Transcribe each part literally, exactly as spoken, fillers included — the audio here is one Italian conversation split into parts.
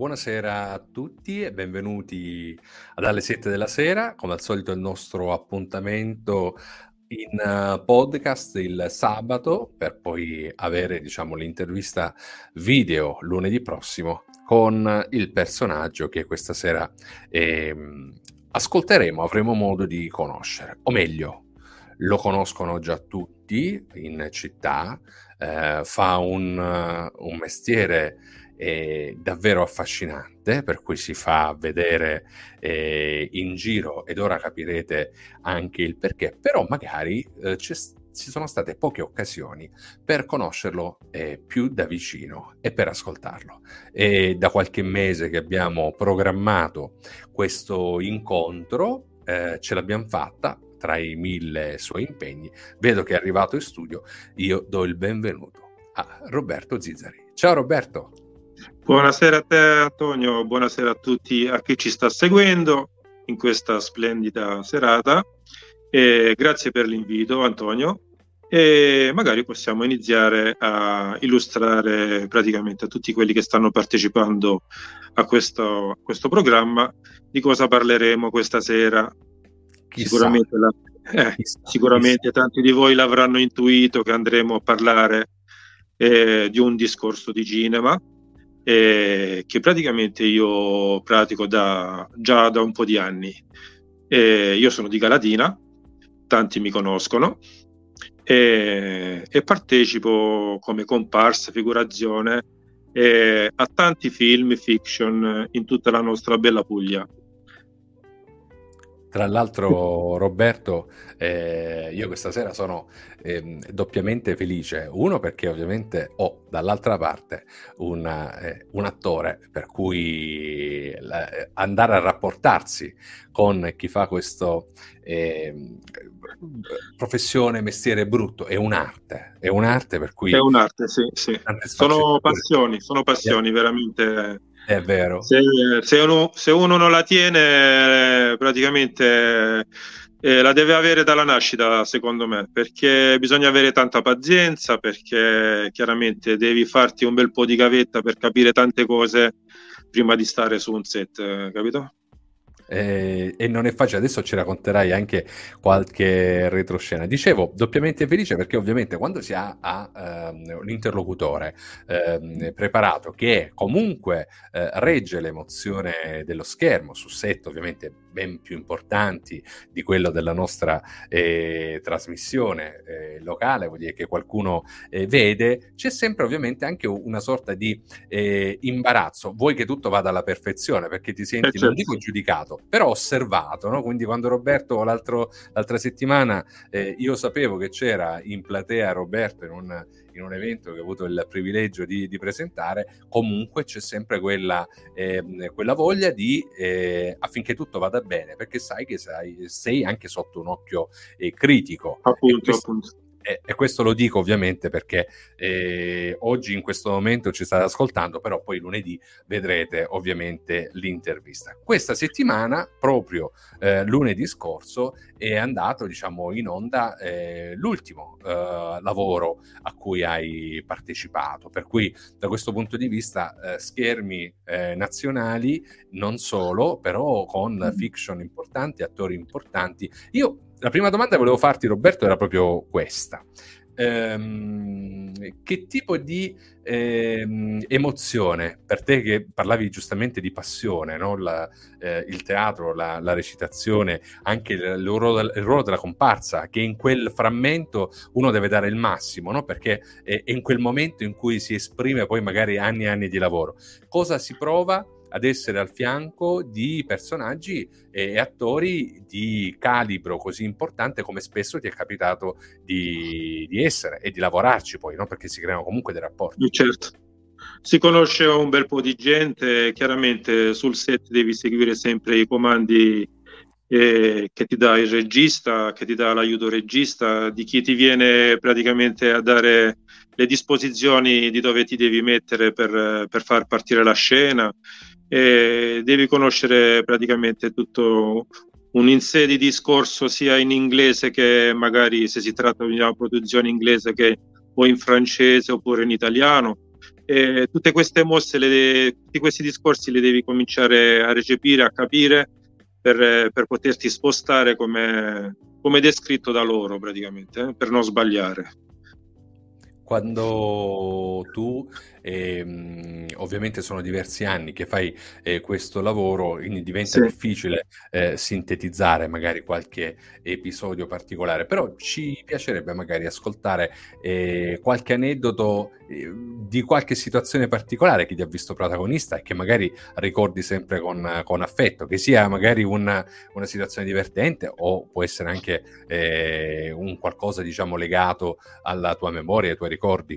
buonasera a tutti e benvenuti ad Alle sette della sera. Come al solito il nostro appuntamento in uh, podcast il sabato per poi avere, diciamo, l'intervista video lunedì prossimo con il personaggio che questa sera ehm, ascolteremo, avremo modo di conoscere, o meglio, lo conoscono già tutti in città, eh, fa un, uh, un mestiere eh, davvero affascinante, per cui si fa vedere eh, in giro ed ora capirete anche il perché, però magari eh, c'è, ci sono state poche occasioni per conoscerlo eh, più da vicino e per ascoltarlo. E da qualche mese che abbiamo programmato questo incontro, eh, ce l'abbiamo fatta tra i mille suoi impegni. Vedo che è arrivato in studio, io do il benvenuto a Roberto Zizzari. Ciao Roberto. Buonasera a te Antonio, buonasera a tutti, a chi ci sta seguendo in questa splendida serata. E grazie per l'invito Antonio, e magari possiamo iniziare a illustrare praticamente a tutti quelli che stanno partecipando a questo, a questo programma di cosa parleremo questa sera. Chissà, sicuramente la, eh, chissà, sicuramente chissà. Tanti di voi l'avranno intuito che andremo a parlare eh, di un discorso di cinema eh, che praticamente io pratico da, già da un po' di anni. Eh, io sono di Galatina, tanti mi conoscono, e, e partecipo come comparsa, figurazione eh, a tanti film fiction in tutta la nostra bella Puglia. Tra l'altro Roberto, eh, io questa sera sono eh, doppiamente felice, uno perché ovviamente ho dall'altra parte un, eh, un attore per cui la, andare a rapportarsi con chi fa questo eh, professione, mestiere brutto, è un'arte, è un'arte per cui... È un'arte, sì, sì. Sono passioni, sono passioni yeah. veramente... È vero. Se, se, uno, se uno non la tiene, praticamente eh, la deve avere dalla nascita, secondo me, perché bisogna avere tanta pazienza, perché chiaramente devi farti un bel po' di gavetta per capire tante cose prima di stare su un set, eh, capito? Eh, e non è facile, adesso ci racconterai anche qualche retroscena. Dicevo doppiamente felice perché ovviamente quando si ha, ha ehm, un interlocutore ehm, preparato che comunque eh, regge l'emozione dello schermo su set ovviamente ben più importanti di quello della nostra eh, trasmissione eh, locale, vuol dire che qualcuno eh, vede, c'è sempre ovviamente anche una sorta di eh, imbarazzo, vuoi che tutto vada alla perfezione perché ti senti, eh certo. non dico giudicato, però osservato, no? Quindi quando Roberto l'altro, l'altra settimana eh, io sapevo che c'era in platea Roberto in un, in un evento che ho avuto il privilegio di, di presentare, comunque c'è sempre quella, eh, quella voglia di eh, affinché tutto vada bene, perché sai che sei, sei anche sotto un occhio eh, critico. Appunto, questo, appunto. E, e questo lo dico ovviamente perché eh, oggi in questo momento ci state ascoltando, però poi lunedì vedrete ovviamente l'intervista. Questa settimana, proprio eh, lunedì scorso, è andato diciamo in onda eh, l'ultimo eh, lavoro a cui hai partecipato, per cui da questo punto di vista eh, schermi eh, nazionali, non solo, però con fiction importanti, attori importanti. Io la prima domanda che volevo farti, Roberto, era proprio questa. Ehm, che tipo di ehm, emozione per te, che parlavi giustamente di passione, no? la, eh, il teatro, la, la recitazione, anche il, il, ruolo, il ruolo della comparsa, che in quel frammento uno deve dare il massimo, no? Perché è, è in quel momento in cui si esprime poi magari anni e anni di lavoro. Cosa si prova ad essere al fianco di personaggi e attori di calibro così importante come spesso ti è capitato di, di essere e di lavorarci poi, no? Perché si creano comunque dei rapporti. Certo, si conosce un bel po' di gente, chiaramente sul set devi seguire sempre i comandi eh, che ti dà il regista, che ti dà l'aiuto regista, di chi ti viene praticamente a dare le disposizioni di dove ti devi mettere per, per far partire la scena. E devi conoscere praticamente tutto un in sé di discorso sia in inglese che magari se si tratta di una produzione inglese che o in francese oppure in italiano, E tutte queste mosse, le, tutti questi discorsi li devi cominciare a recepire, a capire per, per poterti spostare come, come descritto da loro praticamente, eh, per non sbagliare. Quando tu, ehm, ovviamente sono diversi anni che fai eh, questo lavoro, quindi diventa Sì. difficile eh, sintetizzare magari qualche episodio particolare, però ci piacerebbe magari ascoltare eh, qualche aneddoto eh, di qualche situazione particolare che ti ha visto protagonista e che magari ricordi sempre con, con affetto, che sia magari una, una situazione divertente o può essere anche eh, un qualcosa, diciamo, legato alla tua memoria, ai tuoi ricordi.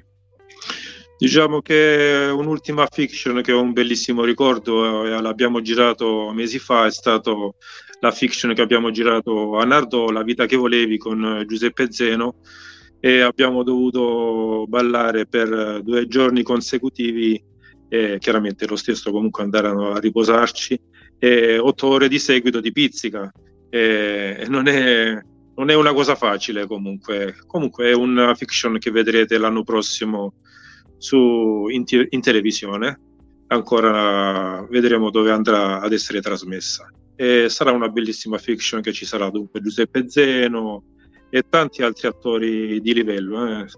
Diciamo che un'ultima fiction che ho un bellissimo ricordo, eh, l'abbiamo girato mesi fa, è stato la fiction che abbiamo girato a Nardò, La vita che volevi, con Giuseppe Zeno, e abbiamo dovuto ballare per due giorni consecutivi, e chiaramente lo stesso comunque andare a riposarci, e otto ore di seguito di pizzica, e non è, non è una cosa facile comunque. Comunque è una fiction che vedrete l'anno prossimo su, in, in televisione, ancora vedremo dove andrà ad essere trasmessa, e sarà una bellissima fiction che ci sarà dunque Giuseppe Zeno e tanti altri attori di livello. Eh.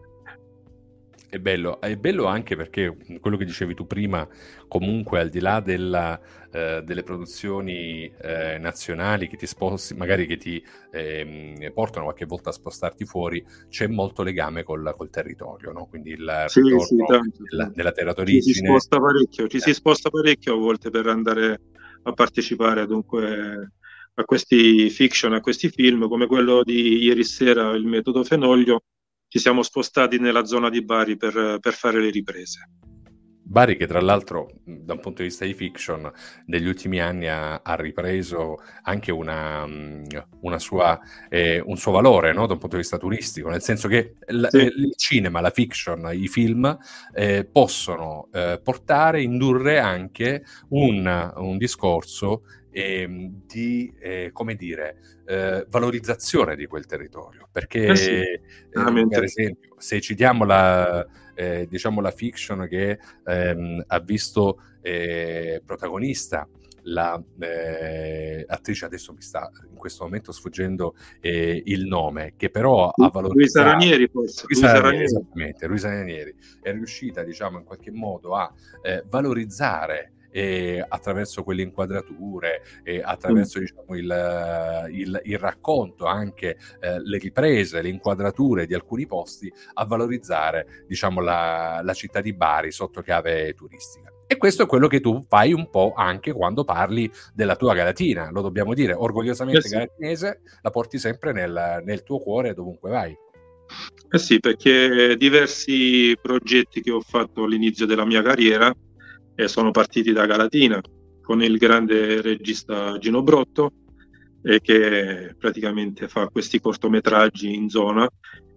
È bello, è bello anche perché quello che dicevi tu prima, comunque al di là della, eh, delle produzioni eh, nazionali che ti sposti, magari che ti eh, portano qualche volta a spostarti fuori, c'è molto legame col, col territorio, no? Quindi il Sì, ritorno sì, tanto, della, tanto. della terra Ci si d'origine. sposta parecchio, ci si sposta parecchio a volte per andare a partecipare dunque a questi fiction, a questi film, come quello di ieri sera, Il metodo Fenoglio. Ci siamo spostati nella zona di Bari per, per fare le riprese. Bari che tra l'altro da un punto di vista di fiction negli ultimi anni ha, ha ripreso anche una, una sua, eh, un suo valore, no? Da un punto di vista turistico, nel senso che l- Sì. eh, il cinema, la fiction, i film eh, possono eh, portare, indurre anche un, un discorso eh, di, eh, come dire, eh, valorizzazione di quel territorio, perché Eh sì, eh, veramente. per esempio se citiamo la, eh, diciamo la fiction che ehm, ha visto eh, protagonista la eh, attrice, adesso mi sta in questo momento sfuggendo eh, il nome, che però ha Luisa valorizzato Ranieri, forse. Luisa Luisa Ranieri, Ranieri. esattamente, Luisa Ranieri è riuscita, diciamo, in qualche modo a eh, valorizzare eh, attraverso quelle inquadrature, eh, attraverso mm. diciamo, il, il, il racconto, anche eh, le riprese, le inquadrature di alcuni posti, a valorizzare, diciamo, la, la città di Bari sotto chiave turistica. E questo è quello che tu fai un po' anche quando parli della tua Galatina, lo dobbiamo dire, orgogliosamente eh sì. Galatinese, la porti sempre nel, nel tuo cuore dovunque vai. Eh sì, perché diversi progetti che ho fatto all'inizio della mia carriera eh, sono partiti da Galatina, con il grande regista Gino Brotto, eh, che praticamente fa questi cortometraggi in zona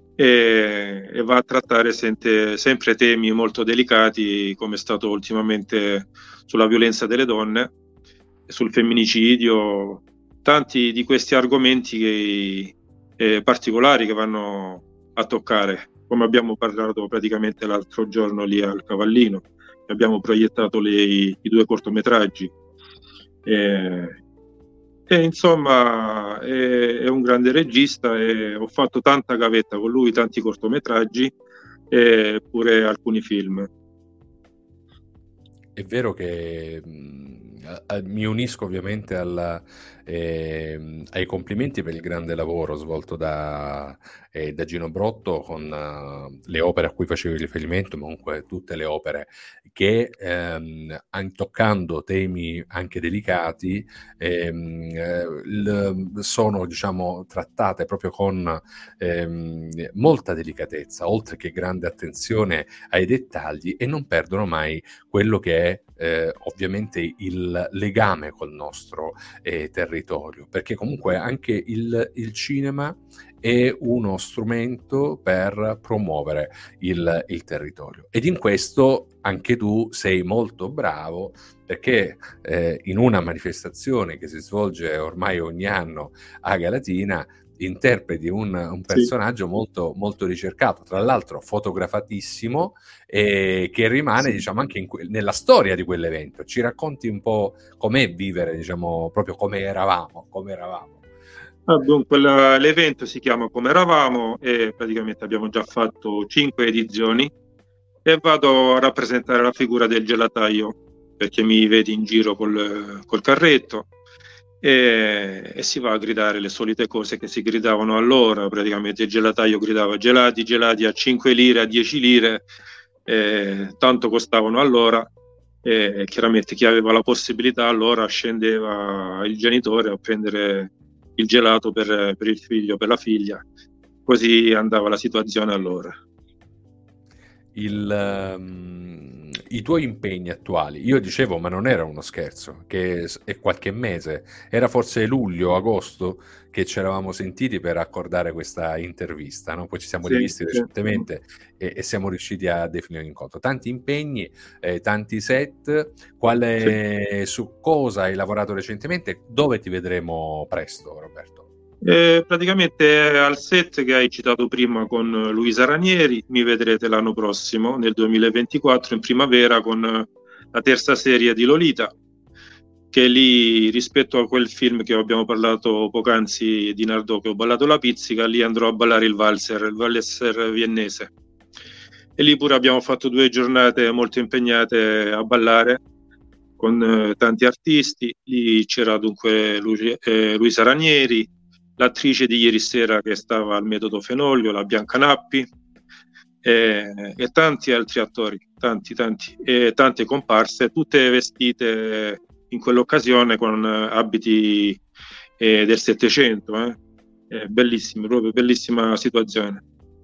e, e va a trattare sente, sempre temi molto delicati, come è stato ultimamente sulla violenza delle donne, sul femminicidio, tanti di questi argomenti che, eh, particolari che vanno a toccare, come abbiamo parlato praticamente l'altro giorno lì al Cavallino. Abbiamo proiettato le, i, i due cortometraggi. E, e insomma è, è un grande regista e ho fatto tanta gavetta con lui, tanti cortometraggi e pure alcuni film. È vero che mh, mi unisco ovviamente alla, eh, ai complimenti per il grande lavoro svolto da, eh, da Gino Brotto con uh, le opere a cui facevi riferimento, ma comunque tutte le opere che ehm, toccando temi anche delicati ehm, l, sono diciamo trattate proprio con ehm, molta delicatezza, oltre che grande attenzione ai dettagli, e non perdono mai quello che è Eh, ovviamente il legame col nostro eh, territorio, perché comunque anche il, il cinema è uno strumento per promuovere il, il territorio, ed in questo anche tu sei molto bravo, perché eh, in una manifestazione che si svolge ormai ogni anno a Galatina interpreti un, un personaggio sì. molto, molto ricercato, tra l'altro fotografatissimo, e che rimane sì. diciamo anche in que- nella storia di quell'evento. Ci racconti un po' com'è vivere, diciamo, proprio come eravamo, come eravamo. Ah, dunque, l'evento si chiama Come eravamo e praticamente abbiamo già fatto cinque edizioni e vado a rappresentare la figura del gelataio, perché mi vedi in giro col, col carretto e, e si va a gridare le solite cose che si gridavano allora. Praticamente il gelataio gridava gelati, gelati a cinque lire, a dieci lire, eh, tanto costavano allora. E chiaramente chi aveva la possibilità allora scendeva il genitore a prendere il gelato per, per il figlio, per la figlia, così andava la situazione allora. Il, um, i tuoi impegni attuali, io dicevo, ma non era uno scherzo, che è qualche mese, era forse luglio, agosto che ci eravamo sentiti per accordare questa intervista, no? Poi ci siamo sì, rivisti sì, recentemente sì. E, e siamo riusciti a definire un incontro. Tanti impegni, eh, tanti set, quale, sì. Su cosa hai lavorato recentemente? Dove ti vedremo presto, Roberto? Eh, praticamente al set che hai citato prima con Luisa Ranieri mi vedrete l'anno prossimo, nel duemilaventiquattro, in primavera, con la terza serie di Lolita, che lì, rispetto a quel film che abbiamo parlato poc'anzi di Nardò, che ho ballato la pizzica, lì andrò a ballare il valser, il valser viennese. E lì pure abbiamo fatto due giornate molto impegnate a ballare con eh, tanti artisti. Lì c'era dunque Lu- eh, Luisa Ranieri, l'attrice di ieri sera che stava al Metodo Fenoglio, la Bianca Nappi, e, e tanti altri attori, tanti, tanti, e tante comparse, tutte vestite in quell'occasione con abiti eh, del Settecento. Eh. Eh, bellissimo, proprio bellissima situazione.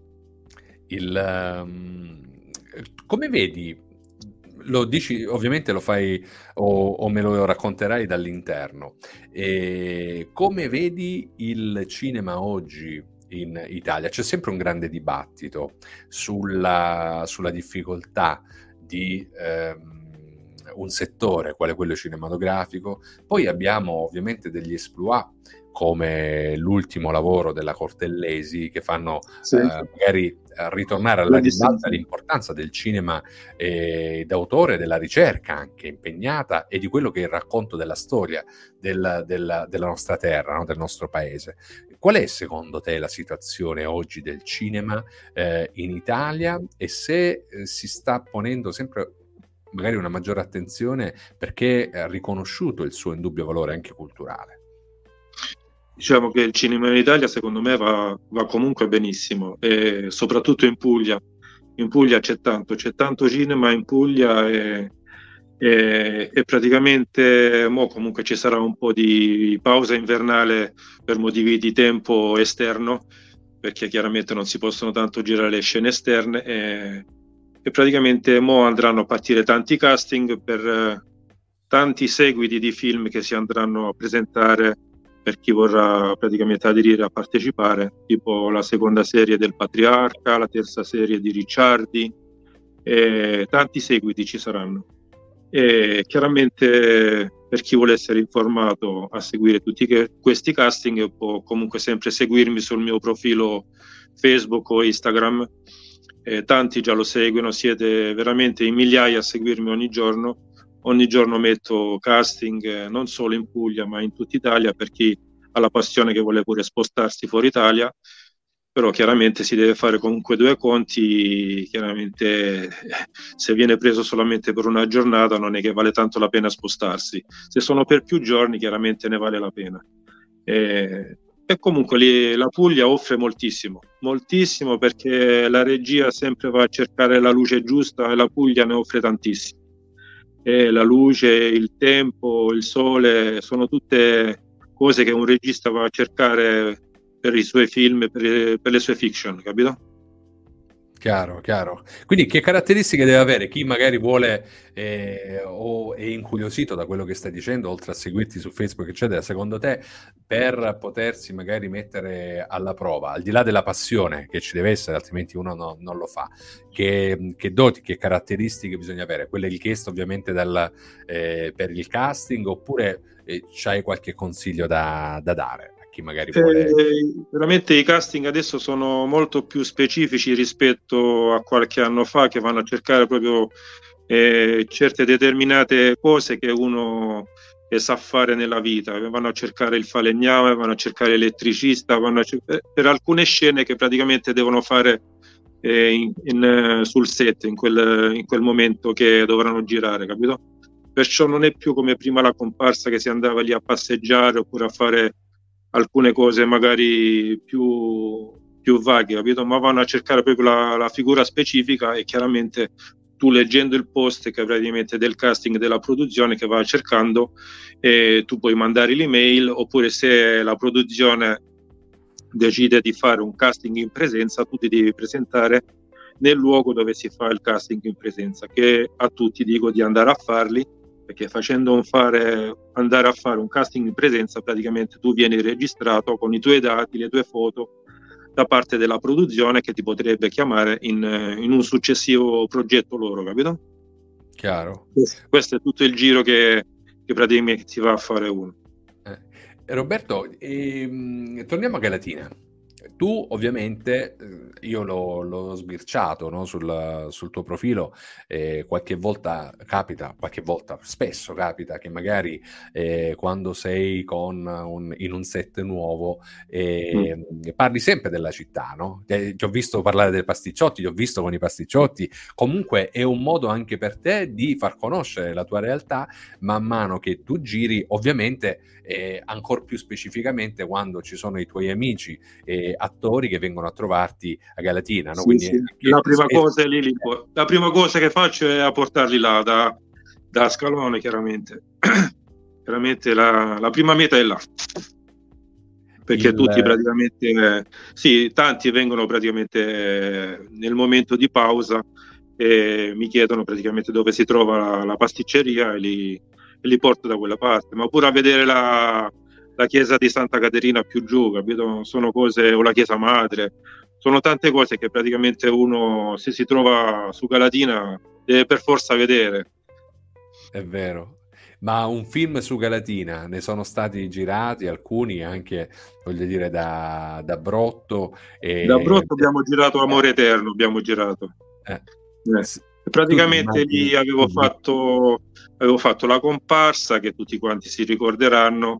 Il, um, come vedi, lo dici, ovviamente lo fai o, o me lo racconterai dall'interno, e come vedi il cinema oggi in Italia? C'è sempre un grande dibattito sulla, sulla difficoltà di ehm, un settore quale quello cinematografico. Poi abbiamo ovviamente degli exploit come l'ultimo lavoro della Cortellesi, che fanno sì. eh, magari ritornare alla ribalta l'importanza del cinema eh, d'autore, della ricerca anche impegnata e di quello che è il racconto della storia del, del, della nostra terra, no? Del nostro paese. Qual è secondo te la situazione oggi del cinema eh, in Italia, e se eh, si sta ponendo sempre magari una maggiore attenzione perché ha riconosciuto il suo indubbio valore anche culturale? Diciamo che il cinema in Italia secondo me va, va comunque benissimo, e soprattutto in Puglia. In Puglia c'è tanto, c'è tanto cinema in Puglia e, e, e praticamente mo comunque ci sarà un po' di pausa invernale per motivi di tempo esterno, perché chiaramente non si possono tanto girare le scene esterne e, e praticamente mo andranno a partire tanti casting per eh, tanti seguiti di film che si andranno a presentare per chi vorrà praticamente aderire a partecipare, tipo la seconda serie del Patriarca, la terza serie di Ricciardi, e tanti seguiti ci saranno. E chiaramente per chi vuole essere informato a seguire tutti che, questi casting può comunque sempre seguirmi sul mio profilo Facebook o Instagram. Eh, tanti già lo seguono, siete veramente in migliaia a seguirmi ogni giorno. Ogni giorno metto casting eh, non solo in Puglia ma in tutta Italia per chi ha la passione che vuole pure spostarsi fuori Italia, però chiaramente si deve fare comunque due conti. Chiaramente se viene preso solamente per una giornata non è che vale tanto la pena spostarsi, se sono per più giorni chiaramente ne vale la pena. E, e comunque lì, la Puglia offre moltissimo, moltissimo, perché la regia sempre va a cercare la luce giusta e la Puglia ne offre tantissimo. E la luce, il tempo, il sole sono tutte cose che un regista va a cercare per i suoi film, per, per le sue fiction, capito? Chiaro, chiaro. Quindi che caratteristiche deve avere chi magari vuole eh, o è incuriosito da quello che stai dicendo, oltre a seguirti su Facebook, eccetera, secondo te, per potersi magari mettere alla prova, al di là della passione che ci deve essere, altrimenti uno no, non lo fa, che, che doti, che caratteristiche bisogna avere? Quelle richieste ovviamente dal, eh, per il casting, oppure eh, c'hai qualche consiglio da, da dare? chi magari vuole... Eh, veramente i casting adesso sono molto più specifici rispetto a qualche anno fa, che vanno a cercare proprio eh, certe determinate cose che uno che sa fare nella vita. Vanno a cercare il falegname, vanno a cercare l'elettricista, vanno a cercare, per alcune scene che praticamente devono fare eh, in, in, sul set in quel, in quel momento che dovranno girare, capito? Perciò non è più come prima la comparsa, che si andava lì a passeggiare oppure a fare alcune cose magari più, più vaghe, capito? Ma vanno a cercare proprio la, la figura specifica, e chiaramente tu, leggendo il post che è praticamente del casting, della produzione che va cercando, eh, tu puoi mandare l'email, oppure se la produzione decide di fare un casting in presenza, tu ti devi presentare nel luogo dove si fa il casting in presenza, che a tutti dico di andare a farli, perché facendo un fare, andare a fare un casting in presenza, praticamente tu vieni registrato con i tuoi dati, le tue foto, da parte della produzione, che ti potrebbe chiamare in, in un successivo progetto loro, capito? Chiaro. Questo è tutto il giro che, che praticamente si va a fare uno. Eh, Roberto, ehm, torniamo a Galatina. Tu ovviamente, io l'ho, l'ho sbirciato, no, sul, sul tuo profilo, eh, qualche volta capita, qualche volta, spesso capita che magari eh, quando sei con un, in un set nuovo eh, mm. parli sempre della città, no? Eh, ti ho visto parlare dei pasticciotti, ti ho visto con i pasticciotti, comunque è un modo anche per te di far conoscere la tua realtà man mano che tu giri, ovviamente eh, ancora più specificamente quando ci sono i tuoi amici eh, attori che vengono a trovarti a Galatina, no? Sì, Quindi sì. La prima spesso... cosa è lì, lì, la prima cosa che faccio è a portarli là da, da Scalone, chiaramente. Chiaramente la, la prima meta è là, perché il... tutti praticamente eh, sì, tanti vengono praticamente eh, nel momento di pausa e mi chiedono praticamente dove si trova la, la pasticceria, e li, e li porto da quella parte, ma pure a vedere la la chiesa di Santa Caterina più giù, capito? Sono cose, o la chiesa madre, sono tante cose che praticamente uno, se si trova su Galatina, deve per forza vedere. È vero. Ma un film su Galatina, ne sono stati girati alcuni anche, voglio dire, da, da Brotto. E... Da Brotto abbiamo girato Amore Eterno, abbiamo girato. Eh. Eh. Praticamente lì avevo fatto, avevo fatto la comparsa, che tutti quanti si ricorderanno,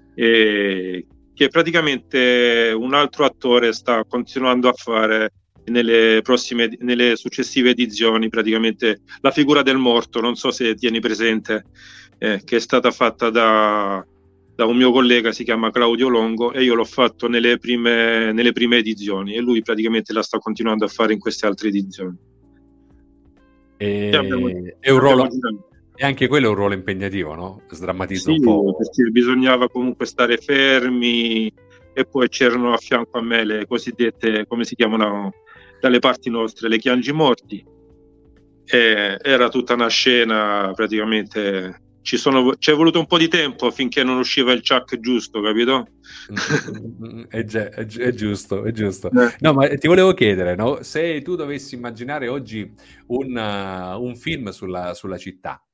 e che praticamente un altro attore sta continuando a fare nelle prossime, nelle successive edizioni, praticamente la figura del morto, non so se tieni presente, eh, che è stata fatta da, da un mio collega, si chiama Claudio Longo, e io l'ho fatto nelle prime, nelle prime edizioni, e lui praticamente la sta continuando a fare in queste altre edizioni. E, abbiamo, è un ruolo... E anche quello è un ruolo impegnativo, no? Sdrammatizza sì, un po'. Perché bisognava comunque stare fermi, e poi c'erano a fianco a me le cosiddette, come si chiamano dalle parti nostre, le chiangimorti. E era tutta una scena, praticamente ci sono, c'è voluto un po' di tempo finché non usciva il ciak giusto, capito? è, gi- è, gi- è giusto, è giusto. Eh. No, ma ti volevo chiedere, no? Se tu dovessi immaginare oggi un, uh, un film sulla, sulla città,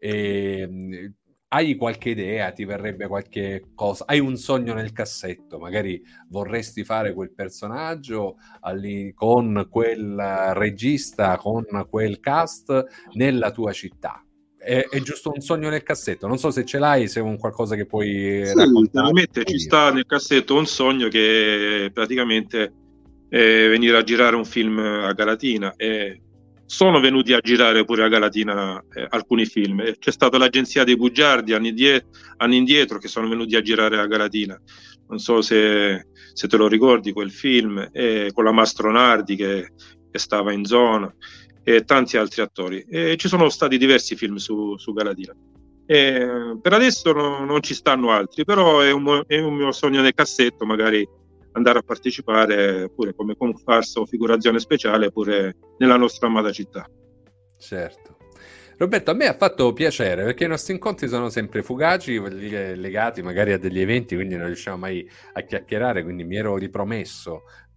e, hai qualche idea, ti verrebbe qualche cosa, hai un sogno nel cassetto, magari vorresti fare quel personaggio alli, con quel regista, con quel cast nella tua città. È, è giusto un sogno nel cassetto, non so se ce l'hai, se è un qualcosa che puoi sì, raccontare. Sicuramente ci sta nel cassetto un sogno, che praticamente è venire a girare un film a Galatina, e sono venuti a girare pure a Galatina eh, alcuni film. C'è stata l'agenzia dei Bugiardi anni, die- anni indietro, che sono venuti a girare a Galatina, non so se, se te lo ricordi quel film, eh, con la Mastronardi che, che stava in zona, e tanti altri attori, e ci sono stati diversi film su, su Galatina. E per adesso no, non ci stanno altri, però è un, è un mio sogno nel cassetto, magari andare a partecipare pure come comparsa o figurazione speciale pure nella nostra amata città. Certo. Roberto, a me ha fatto piacere, perché i nostri incontri sono sempre fugaci, legati magari a degli eventi, quindi non riusciamo mai a chiacchierare, quindi mi ero ripromesso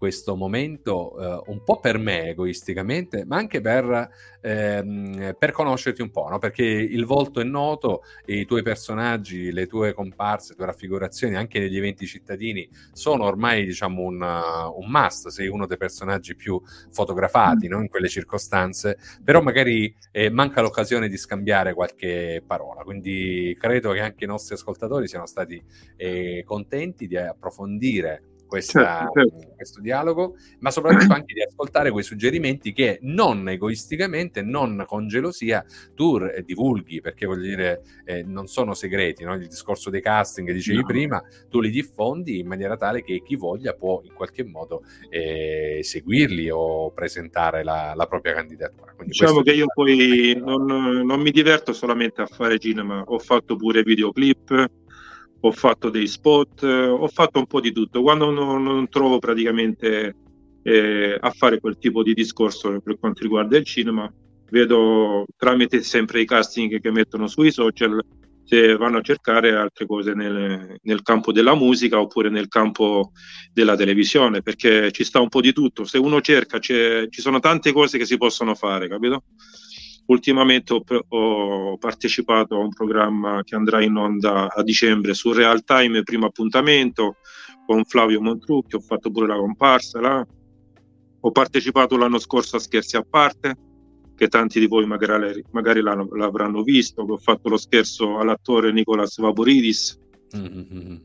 questo momento eh, un po' per me egoisticamente, ma anche per, ehm, per conoscerti un po', no? Perché il volto è noto e i tuoi personaggi, le tue comparse, le tue raffigurazioni anche negli eventi cittadini sono ormai, diciamo, un, uh, un must. Sei uno dei personaggi più fotografati, no? In quelle circostanze, però magari eh, manca l'occasione di scambiare qualche parola, quindi credo che anche i nostri ascoltatori siano stati eh, contenti di approfondire questa, certo, certo. questo dialogo, ma soprattutto anche di ascoltare quei suggerimenti che non egoisticamente, non con gelosia, tu eh, divulghi, perché voglio dire, eh, non sono segreti, no? Il discorso dei casting che dicevi No. prima, tu li diffondi in maniera tale che chi voglia può in qualche modo eh, seguirli o presentare la, la propria candidatura. Quindi diciamo che io è... poi non, non mi diverto solamente a fare cinema, ho fatto pure videoclip, ho fatto dei spot, ho fatto un po' di tutto. Quando non, non trovo praticamente eh, a fare quel tipo di discorso per quanto riguarda il cinema, vedo tramite sempre i casting che mettono sui social se vanno a cercare altre cose nel, nel campo della musica oppure nel campo della televisione, perché ci sta un po' di tutto. Se uno cerca, c'è, ci sono tante cose che si possono fare, capito? Ultimamente ho, ho partecipato a un programma che andrà in onda a dicembre su Real Time, primo appuntamento, con Flavio Montrucchi, ho fatto pure la comparsa là. Ho partecipato l'anno scorso a Scherzi a parte, che tanti di voi magari, magari l'avranno visto, che ho fatto lo scherzo all'attore Nicolas Vaporidis. Mm-hmm.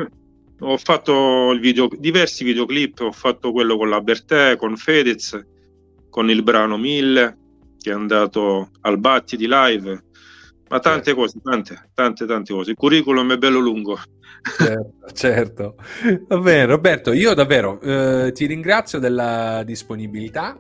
Ho fatto il video, diversi videoclip, ho fatto quello con la Bertè, con Fedez, con il brano Mille, che è andato al Battiti Live, ma tante certo. cose, tante, tante, tante cose. Il curriculum è bello lungo. Certo, certo. Va bene, Roberto, io davvero eh, ti ringrazio della disponibilità.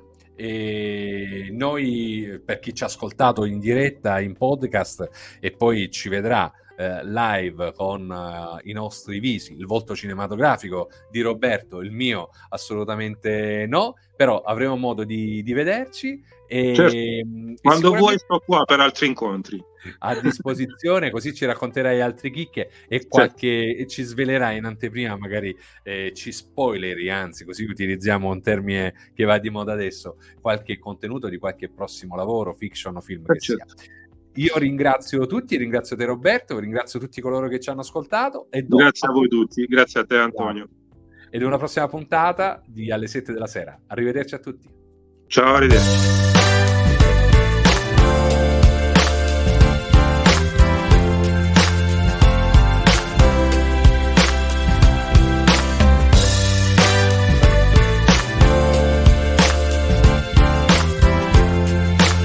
E noi, per chi ci ha ascoltato in diretta, in podcast e poi ci vedrà eh, live con uh, i nostri visi, il volto cinematografico di Roberto, il mio assolutamente no, però avremo modo di, di vederci e, certo. e quando sicuramente... vuoi sto qua per altri incontri a disposizione, così ci racconterai altre chicche e qualche certo. e ci svelerai in anteprima, magari eh, ci spoileri, anzi così utilizziamo un termine che va di moda adesso, qualche contenuto di qualche prossimo lavoro, fiction o film che certo. sia. Io ringrazio tutti, ringrazio te Roberto, ringrazio tutti coloro che ci hanno ascoltato e do grazie a, a voi tutti, grazie a te Antonio. Ed una prossima puntata di Alle sette della sera. Arrivederci a tutti. Ciao, arrivederci.